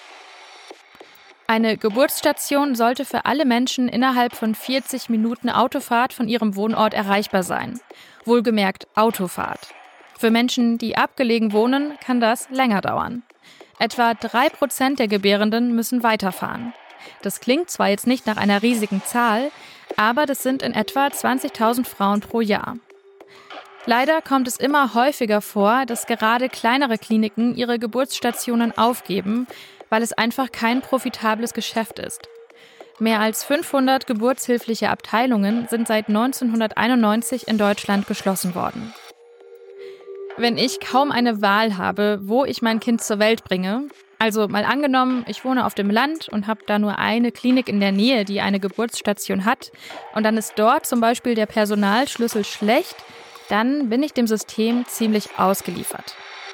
Eine Geburtsstation sollte für alle Menschen innerhalb von vierzig Minuten Autofahrt von ihrem Wohnort erreichbar sein. Wohlgemerkt Autofahrt. Für Menschen, die abgelegen wohnen, kann das länger dauern. Etwa drei Prozent der Gebärenden müssen weiterfahren. Das klingt zwar jetzt nicht nach einer riesigen Zahl, aber das sind in etwa zwanzigtausend Frauen pro Jahr. Leider kommt es immer häufiger vor, dass gerade kleinere Kliniken ihre Geburtsstationen aufgeben, weil es einfach kein profitables Geschäft ist. Mehr als fünfhundert geburtshilfliche Abteilungen sind seit neunzehnhunderteinundneunzig in Deutschland geschlossen worden. Wenn ich kaum eine Wahl habe, wo ich mein Kind zur Welt bringe, also mal angenommen, ich wohne auf dem Land und habe da nur eine Klinik in der Nähe, die eine Geburtsstation hat, und dann ist dort zum Beispiel der Personalschlüssel schlecht, dann bin ich dem System ziemlich ausgeliefert.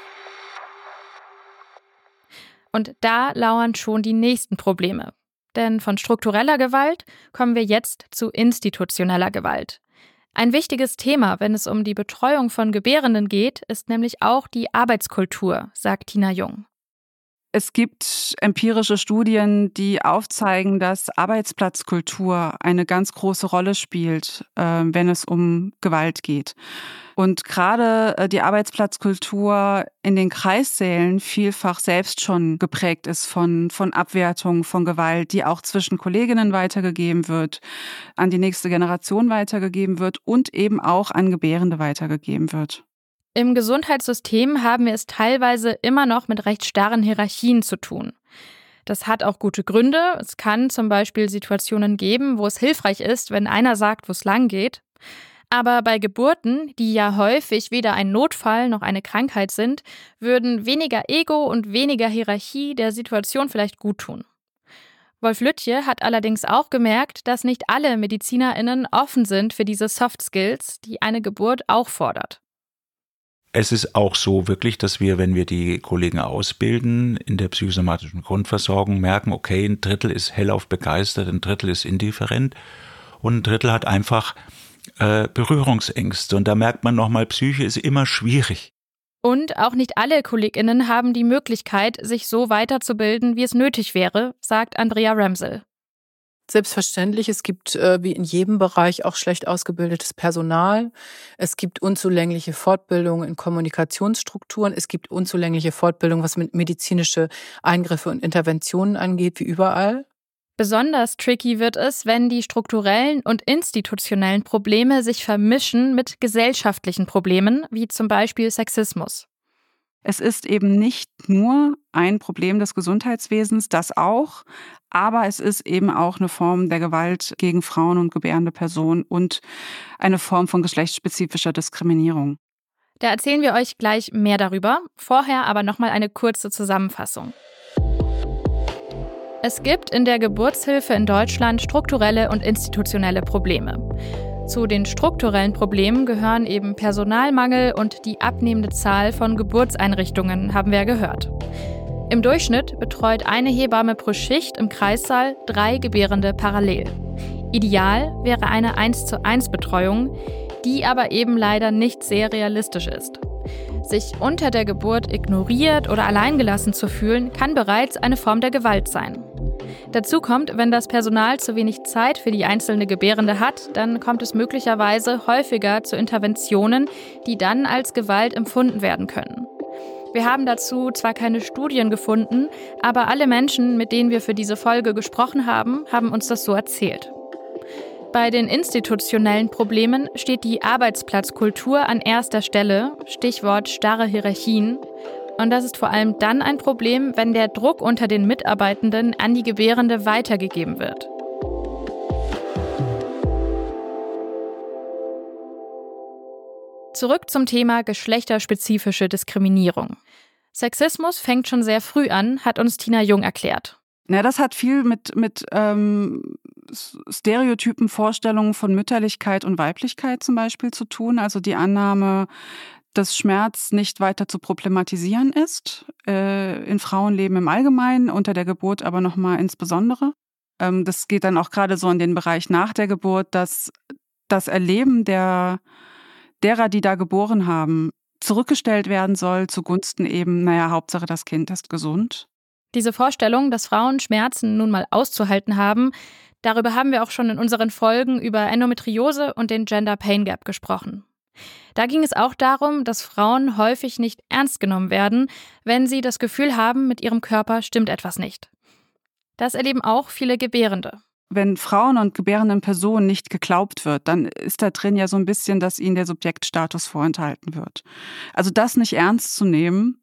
Und da lauern schon die nächsten Probleme. Denn von struktureller Gewalt kommen wir jetzt zu institutioneller Gewalt. Ein wichtiges Thema, wenn es um die Betreuung von Gebärenden geht, ist nämlich auch die Arbeitskultur, sagt Tina Jung. Es gibt empirische Studien, die aufzeigen, dass Arbeitsplatzkultur eine ganz große Rolle spielt, wenn es um Gewalt geht. Und gerade die Arbeitsplatzkultur in den Kreissälen vielfach selbst schon geprägt ist von, von Abwertung, von Gewalt, die auch zwischen Kolleginnen weitergegeben wird, an die nächste Generation weitergegeben wird und eben auch an Gebärende weitergegeben wird. Im Gesundheitssystem haben wir es teilweise immer noch mit recht starren Hierarchien zu tun. Das hat auch gute Gründe. Es kann zum Beispiel Situationen geben, wo es hilfreich ist, wenn einer sagt, wo es lang geht. Aber bei Geburten, die ja häufig weder ein Notfall noch eine Krankheit sind, würden weniger Ego und weniger Hierarchie der Situation vielleicht gut tun. Wolf Lüttje hat allerdings auch gemerkt, dass nicht alle MedizinerInnen offen sind für diese Soft Skills, die eine Geburt auch fordert. Es ist auch so wirklich, dass wir, wenn wir die Kollegen ausbilden in der psychosomatischen Grundversorgung, merken, okay, ein Drittel ist hellauf begeistert, ein Drittel ist indifferent und ein Drittel hat einfach äh, Berührungsängste. Und da merkt man nochmal, Psyche ist immer schwierig. Und auch nicht alle KollegInnen haben die Möglichkeit, sich so weiterzubilden, wie es nötig wäre, sagt Andrea Ramsel. Selbstverständlich, es gibt äh, wie in jedem Bereich auch schlecht ausgebildetes Personal. Es gibt unzulängliche Fortbildungen in Kommunikationsstrukturen. Es gibt unzulängliche Fortbildungen, was mit medizinische Eingriffe und Interventionen angeht, wie überall. Besonders tricky wird es, wenn die strukturellen und institutionellen Probleme sich vermischen mit gesellschaftlichen Problemen, wie zum Beispiel Sexismus. Es ist eben nicht nur ein Problem des Gesundheitswesens, das auch, aber es ist eben auch eine Form der Gewalt gegen Frauen und gebärende Personen und eine Form von geschlechtsspezifischer Diskriminierung. Da erzählen wir euch gleich mehr darüber. Vorher aber nochmal eine kurze Zusammenfassung. Es gibt in der Geburtshilfe in Deutschland strukturelle und institutionelle Probleme. Zu den strukturellen Problemen gehören eben Personalmangel und die abnehmende Zahl von Geburtseinrichtungen, haben wir ja gehört. Im Durchschnitt betreut eine Hebamme pro Schicht im Kreissaal drei Gebärende parallel. Ideal wäre eine eins zu eins Betreuung, die aber eben leider nicht sehr realistisch ist. Sich unter der Geburt ignoriert oder alleingelassen zu fühlen, kann bereits eine Form der Gewalt sein. Dazu kommt, wenn das Personal zu wenig Zeit für die einzelne Gebärende hat, dann kommt es möglicherweise häufiger zu Interventionen, die dann als Gewalt empfunden werden können. Wir haben dazu zwar keine Studien gefunden, aber alle Menschen, mit denen wir für diese Folge gesprochen haben, haben uns das so erzählt. Bei den institutionellen Problemen steht die Arbeitsplatzkultur an erster Stelle, Stichwort starre Hierarchien. Und das ist vor allem dann ein Problem, wenn der Druck unter den Mitarbeitenden an die Gebärende weitergegeben wird. Zurück zum Thema geschlechterspezifische Diskriminierung. Sexismus fängt schon sehr früh an, hat uns Tina Jung erklärt. Na, das hat viel mit, mit ähm, Stereotypen, Vorstellungen von Mütterlichkeit und Weiblichkeit zum Beispiel zu tun. Also die Annahme, dass Schmerz nicht weiter zu problematisieren ist, äh, in Frauenleben im Allgemeinen, unter der Geburt aber nochmal insbesondere. Ähm, das geht dann auch gerade so in den Bereich nach der Geburt, dass das Erleben der, derer, die da geboren haben, zurückgestellt werden soll zugunsten eben, naja, Hauptsache das Kind ist gesund. Diese Vorstellung, dass Frauen Schmerzen nun mal auszuhalten haben, darüber haben wir auch schon in unseren Folgen über Endometriose und den Gender Pain Gap gesprochen. Da ging es auch darum, dass Frauen häufig nicht ernst genommen werden, wenn sie das Gefühl haben, mit ihrem Körper stimmt etwas nicht. Das erleben auch viele Gebärende. Wenn Frauen und gebärenden Personen nicht geglaubt wird, dann ist da drin ja so ein bisschen, dass ihnen der Subjektstatus vorenthalten wird. Also das nicht ernst zu nehmen,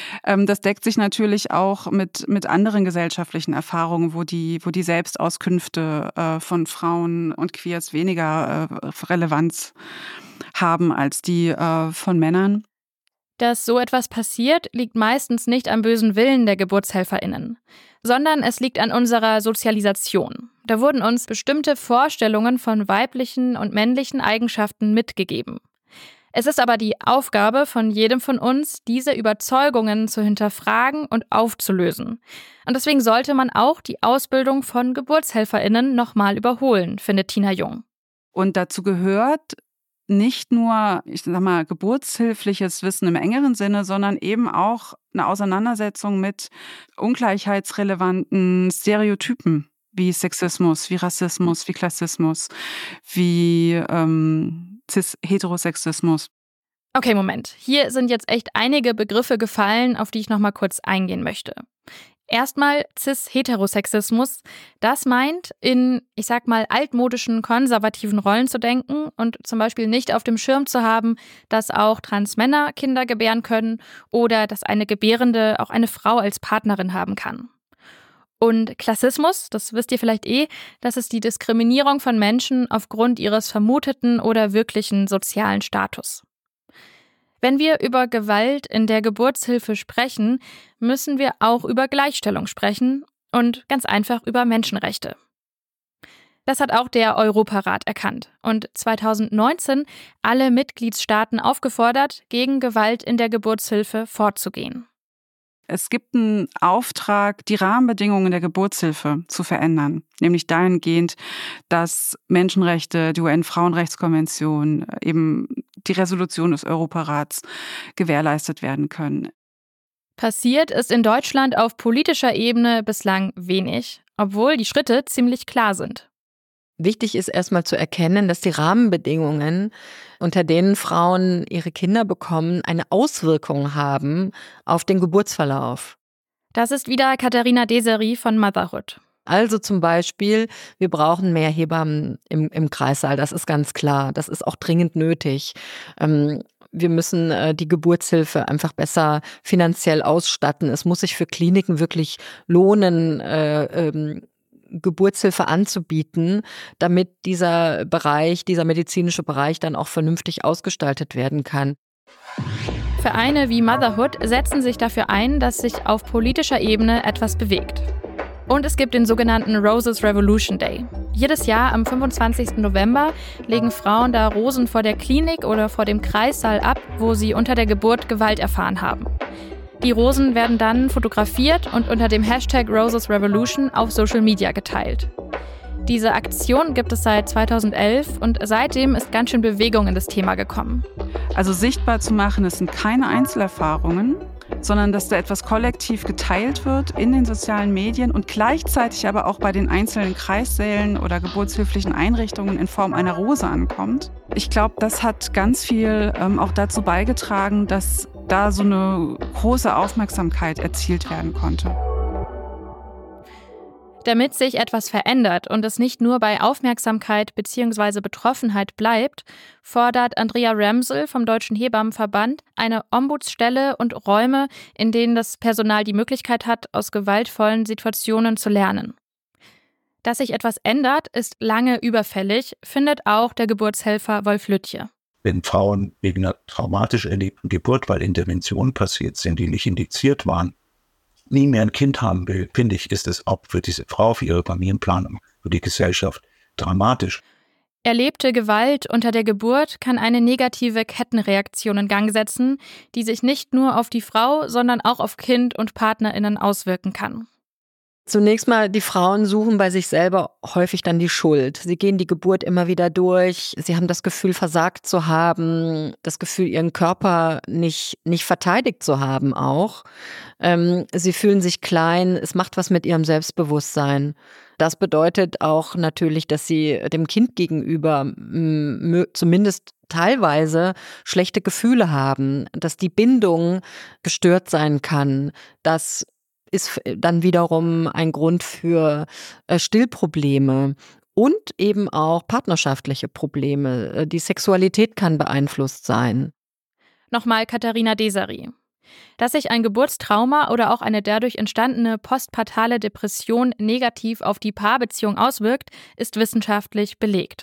das deckt sich natürlich auch mit, mit anderen gesellschaftlichen Erfahrungen, wo die, wo die Selbstauskünfte äh, von Frauen und Queers weniger äh, Relevanz haben als die äh, von Männern. Dass so etwas passiert, liegt meistens nicht am bösen Willen der GeburtshelferInnen, sondern es liegt an unserer Sozialisation. Da wurden uns bestimmte Vorstellungen von weiblichen und männlichen Eigenschaften mitgegeben. Es ist aber die Aufgabe von jedem von uns, diese Überzeugungen zu hinterfragen und aufzulösen. Und deswegen sollte man auch die Ausbildung von GeburtshelferInnen nochmal überholen, findet Tina Jung. Und dazu gehört nicht nur, ich sag mal, geburtshilfliches Wissen im engeren Sinne, sondern eben auch eine Auseinandersetzung mit ungleichheitsrelevanten Stereotypen wie Sexismus, wie Rassismus, wie Klassismus, wie ähm, Cis-Heterosexismus. Okay, Moment. Hier sind jetzt echt einige Begriffe gefallen, auf die ich noch mal kurz eingehen möchte. Erstmal Cis-Heterosexismus. Das meint, in, ich sag mal, altmodischen, konservativen Rollen zu denken und zum Beispiel nicht auf dem Schirm zu haben, dass auch Transmänner Kinder gebären können oder dass eine Gebärende auch eine Frau als Partnerin haben kann. Und Klassismus, das wisst ihr vielleicht eh, das ist die Diskriminierung von Menschen aufgrund ihres vermuteten oder wirklichen sozialen Status. Wenn wir über Gewalt in der Geburtshilfe sprechen, müssen wir auch über Gleichstellung sprechen und ganz einfach über Menschenrechte. Das hat auch der Europarat erkannt und zweitausendneunzehn alle Mitgliedstaaten aufgefordert, gegen Gewalt in der Geburtshilfe vorzugehen. Es gibt einen Auftrag, die Rahmenbedingungen der Geburtshilfe zu verändern, nämlich dahingehend, dass Menschenrechte, die U N-Frauenrechtskonvention, eben die Resolution des Europarats gewährleistet werden können. Passiert ist in Deutschland auf politischer Ebene bislang wenig, obwohl die Schritte ziemlich klar sind. Wichtig ist erstmal zu erkennen, dass die Rahmenbedingungen, unter denen Frauen ihre Kinder bekommen, eine Auswirkung haben auf den Geburtsverlauf. Das ist wieder Katharina Deseri von Motherhood. Also zum Beispiel, wir brauchen mehr Hebammen im, im Kreissaal, das ist ganz klar. Das ist auch dringend nötig. Ähm, wir müssen äh, die Geburtshilfe einfach besser finanziell ausstatten. Es muss sich für Kliniken wirklich lohnen, äh, ähm, Geburtshilfe anzubieten, damit dieser Bereich, dieser medizinische Bereich dann auch vernünftig ausgestaltet werden kann. Vereine wie Motherhood setzen sich dafür ein, dass sich auf politischer Ebene etwas bewegt. Und es gibt den sogenannten Roses Revolution Day. Jedes Jahr am fünfundzwanzigsten November legen Frauen da Rosen vor der Klinik oder vor dem Kreissaal ab, wo sie unter der Geburt Gewalt erfahren haben. Die Rosen werden dann fotografiert und unter dem Hashtag Roses Revolution auf Social Media geteilt. Diese Aktion gibt es seit zweitausendelf und seitdem ist ganz schön Bewegung in das Thema gekommen. Also sichtbar zu machen, es sind keine Einzelerfahrungen, sondern dass da etwas kollektiv geteilt wird in den sozialen Medien und gleichzeitig aber auch bei den einzelnen Kreissälen oder geburtshilflichen Einrichtungen in Form einer Rose ankommt. Ich glaube, das hat ganz viel ähm, auch dazu beigetragen, dass da so eine große Aufmerksamkeit erzielt werden konnte. Damit sich etwas verändert und es nicht nur bei Aufmerksamkeit bzw. Betroffenheit bleibt, fordert Andrea Ramsel vom Deutschen Hebammenverband eine Ombudsstelle und Räume, in denen das Personal die Möglichkeit hat, aus gewaltvollen Situationen zu lernen. Dass sich etwas ändert, ist lange überfällig, findet auch der Geburtshelfer Wolf Lüttje. Wenn Frauen wegen einer traumatisch erlebten Geburt, weil Interventionen passiert sind, die nicht indiziert waren, nie mehr ein Kind haben will, finde ich, ist es auch für diese Frau, für ihre Familienplanung, für die Gesellschaft dramatisch. Erlebte Gewalt unter der Geburt kann eine negative Kettenreaktion in Gang setzen, die sich nicht nur auf die Frau, sondern auch auf Kind und PartnerInnen auswirken kann. Zunächst mal, die Frauen suchen bei sich selber häufig dann die Schuld. Sie gehen die Geburt immer wieder durch. Sie haben das Gefühl, versagt zu haben, das Gefühl, ihren Körper nicht, nicht verteidigt zu haben auch. Ähm, sie fühlen sich klein. Es macht was mit ihrem Selbstbewusstsein. Das bedeutet auch natürlich, dass sie dem Kind gegenüber m- zumindest teilweise schlechte Gefühle haben, dass die Bindung gestört sein kann, dass ist dann wiederum ein Grund für äh, Stillprobleme und eben auch partnerschaftliche Probleme. Die Sexualität kann beeinflusst sein. Nochmal Katharina Deseri. Dass sich ein Geburtstrauma oder auch eine dadurch entstandene postpartale Depression negativ auf die Paarbeziehung auswirkt, ist wissenschaftlich belegt.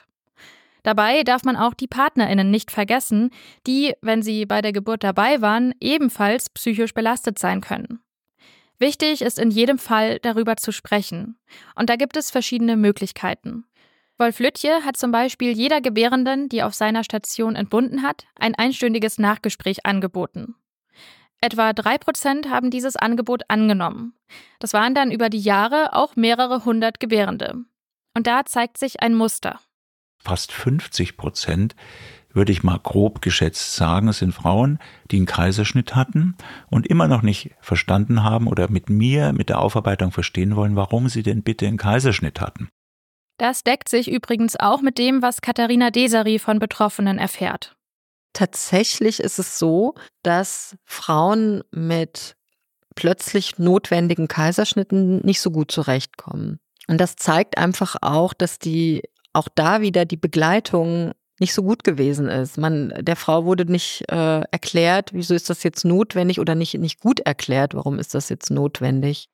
Dabei darf man auch die PartnerInnen nicht vergessen, die, wenn sie bei der Geburt dabei waren, ebenfalls psychisch belastet sein können. Wichtig ist in jedem Fall, darüber zu sprechen. Und da gibt es verschiedene Möglichkeiten. Wolf Lüttje hat zum Beispiel jeder Gebärenden, die auf seiner Station entbunden hat, ein einstündiges Nachgespräch angeboten. Etwa drei Prozent haben dieses Angebot angenommen. Das waren dann über die Jahre auch mehrere hundert Gebärende. Und da zeigt sich ein Muster. Fast fünfzig Prozent, würde ich mal grob geschätzt sagen, sind Frauen, die einen Kaiserschnitt hatten und immer noch nicht verstanden haben oder mit mir, mit der Aufarbeitung verstehen wollen, warum sie denn bitte einen Kaiserschnitt hatten. Das deckt sich übrigens auch mit dem, was Katharina Deseri von Betroffenen erfährt. Tatsächlich ist es so, dass Frauen mit plötzlich notwendigen Kaiserschnitten nicht so gut zurechtkommen. Und das zeigt einfach auch, dass die auch da wieder die Begleitung nicht so gut gewesen ist. Man, der Frau wurde nicht äh, erklärt, wieso ist das jetzt notwendig oder nicht, nicht gut erklärt, warum ist das jetzt notwendig.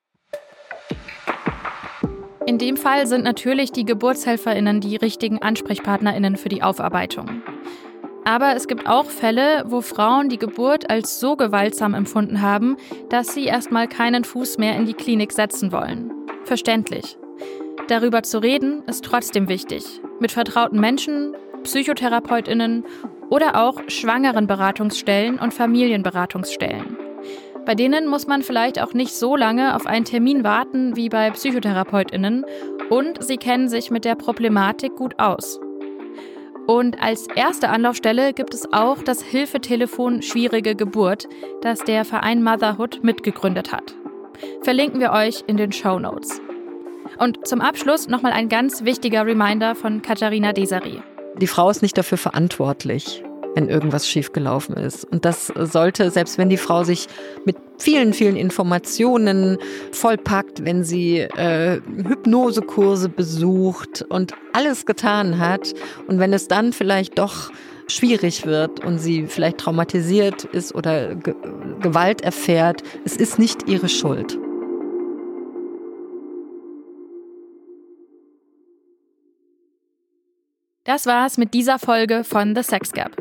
In dem Fall sind natürlich die GeburtshelferInnen die richtigen AnsprechpartnerInnen für die Aufarbeitung. Aber es gibt auch Fälle, wo Frauen die Geburt als so gewaltsam empfunden haben, dass sie erstmal keinen Fuß mehr in die Klinik setzen wollen. Verständlich. Darüber zu reden ist trotzdem wichtig. Mit vertrauten Menschen, PsychotherapeutInnen oder auch Schwangerenberatungsstellen und Familienberatungsstellen. Bei denen muss man vielleicht auch nicht so lange auf einen Termin warten wie bei PsychotherapeutInnen und sie kennen sich mit der Problematik gut aus. Und als erste Anlaufstelle gibt es auch das Hilfetelefon Schwierige Geburt, das der Verein Motherhood mitgegründet hat. Verlinken wir euch in den Shownotes. Und zum Abschluss nochmal ein ganz wichtiger Reminder von Katharina Desari. Die Frau ist nicht dafür verantwortlich, wenn irgendwas schiefgelaufen ist. Und das sollte, selbst wenn die Frau sich mit vielen, vielen Informationen vollpackt, wenn sie äh, Hypnosekurse besucht und alles getan hat und wenn es dann vielleicht doch schwierig wird und sie vielleicht traumatisiert ist oder Ge- Gewalt erfährt, es ist nicht ihre Schuld. Das war's mit dieser Folge von The Sex Gap.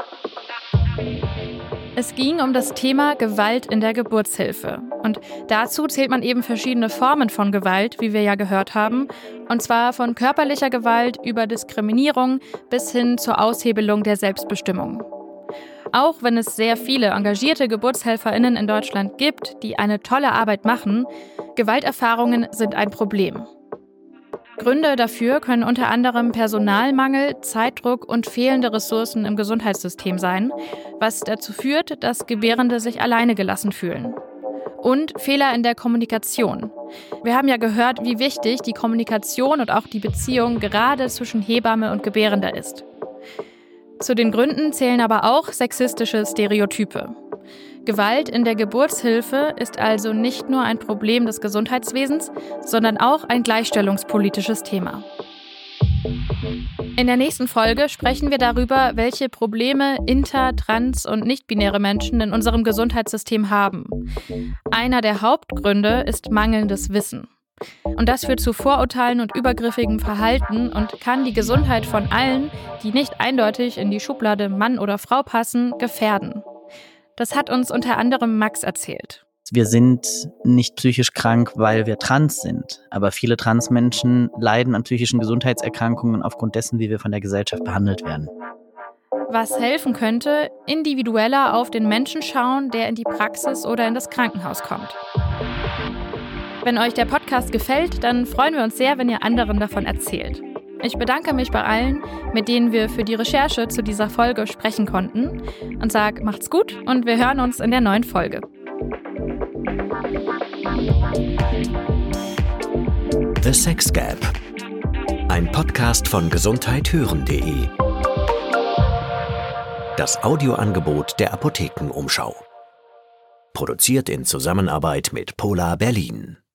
Es ging um das Thema Gewalt in der Geburtshilfe. Und dazu zählt man eben verschiedene Formen von Gewalt, wie wir ja gehört haben. Und zwar von körperlicher Gewalt über Diskriminierung bis hin zur Aushebelung der Selbstbestimmung. Auch wenn es sehr viele engagierte GeburtshelferInnen in Deutschland gibt, die eine tolle Arbeit machen, Gewalterfahrungen sind ein Problem. Gründe dafür können unter anderem Personalmangel, Zeitdruck und fehlende Ressourcen im Gesundheitssystem sein, was dazu führt, dass Gebärende sich alleine gelassen fühlen. Und Fehler in der Kommunikation. Wir haben ja gehört, wie wichtig die Kommunikation und auch die Beziehung gerade zwischen Hebamme und Gebärender ist. Zu den Gründen zählen aber auch sexistische Stereotype. Gewalt in der Geburtshilfe ist also nicht nur ein Problem des Gesundheitswesens, sondern auch ein gleichstellungspolitisches Thema. In der nächsten Folge sprechen wir darüber, welche Probleme inter-, trans- und nicht-binäre Menschen in unserem Gesundheitssystem haben. Einer der Hauptgründe ist mangelndes Wissen. Und das führt zu Vorurteilen und übergriffigem Verhalten und kann die Gesundheit von allen, die nicht eindeutig in die Schublade Mann oder Frau passen, gefährden. Das hat uns unter anderem Max erzählt. Wir sind nicht psychisch krank, weil wir trans sind. Aber viele Transmenschen leiden an psychischen Gesundheitserkrankungen aufgrund dessen, wie wir von der Gesellschaft behandelt werden. Was helfen könnte, individueller auf den Menschen schauen, der in die Praxis oder in das Krankenhaus kommt. Wenn euch der Podcast gefällt, dann freuen wir uns sehr, wenn ihr anderen davon erzählt. Ich bedanke mich bei allen, mit denen wir für die Recherche zu dieser Folge sprechen konnten und sage, macht's gut und wir hören uns in der neuen Folge. The Sex Gap. Ein Podcast von gesundheit hören punkt de. Das Audioangebot der Apothekenumschau. Produziert in Zusammenarbeit mit Polar Berlin.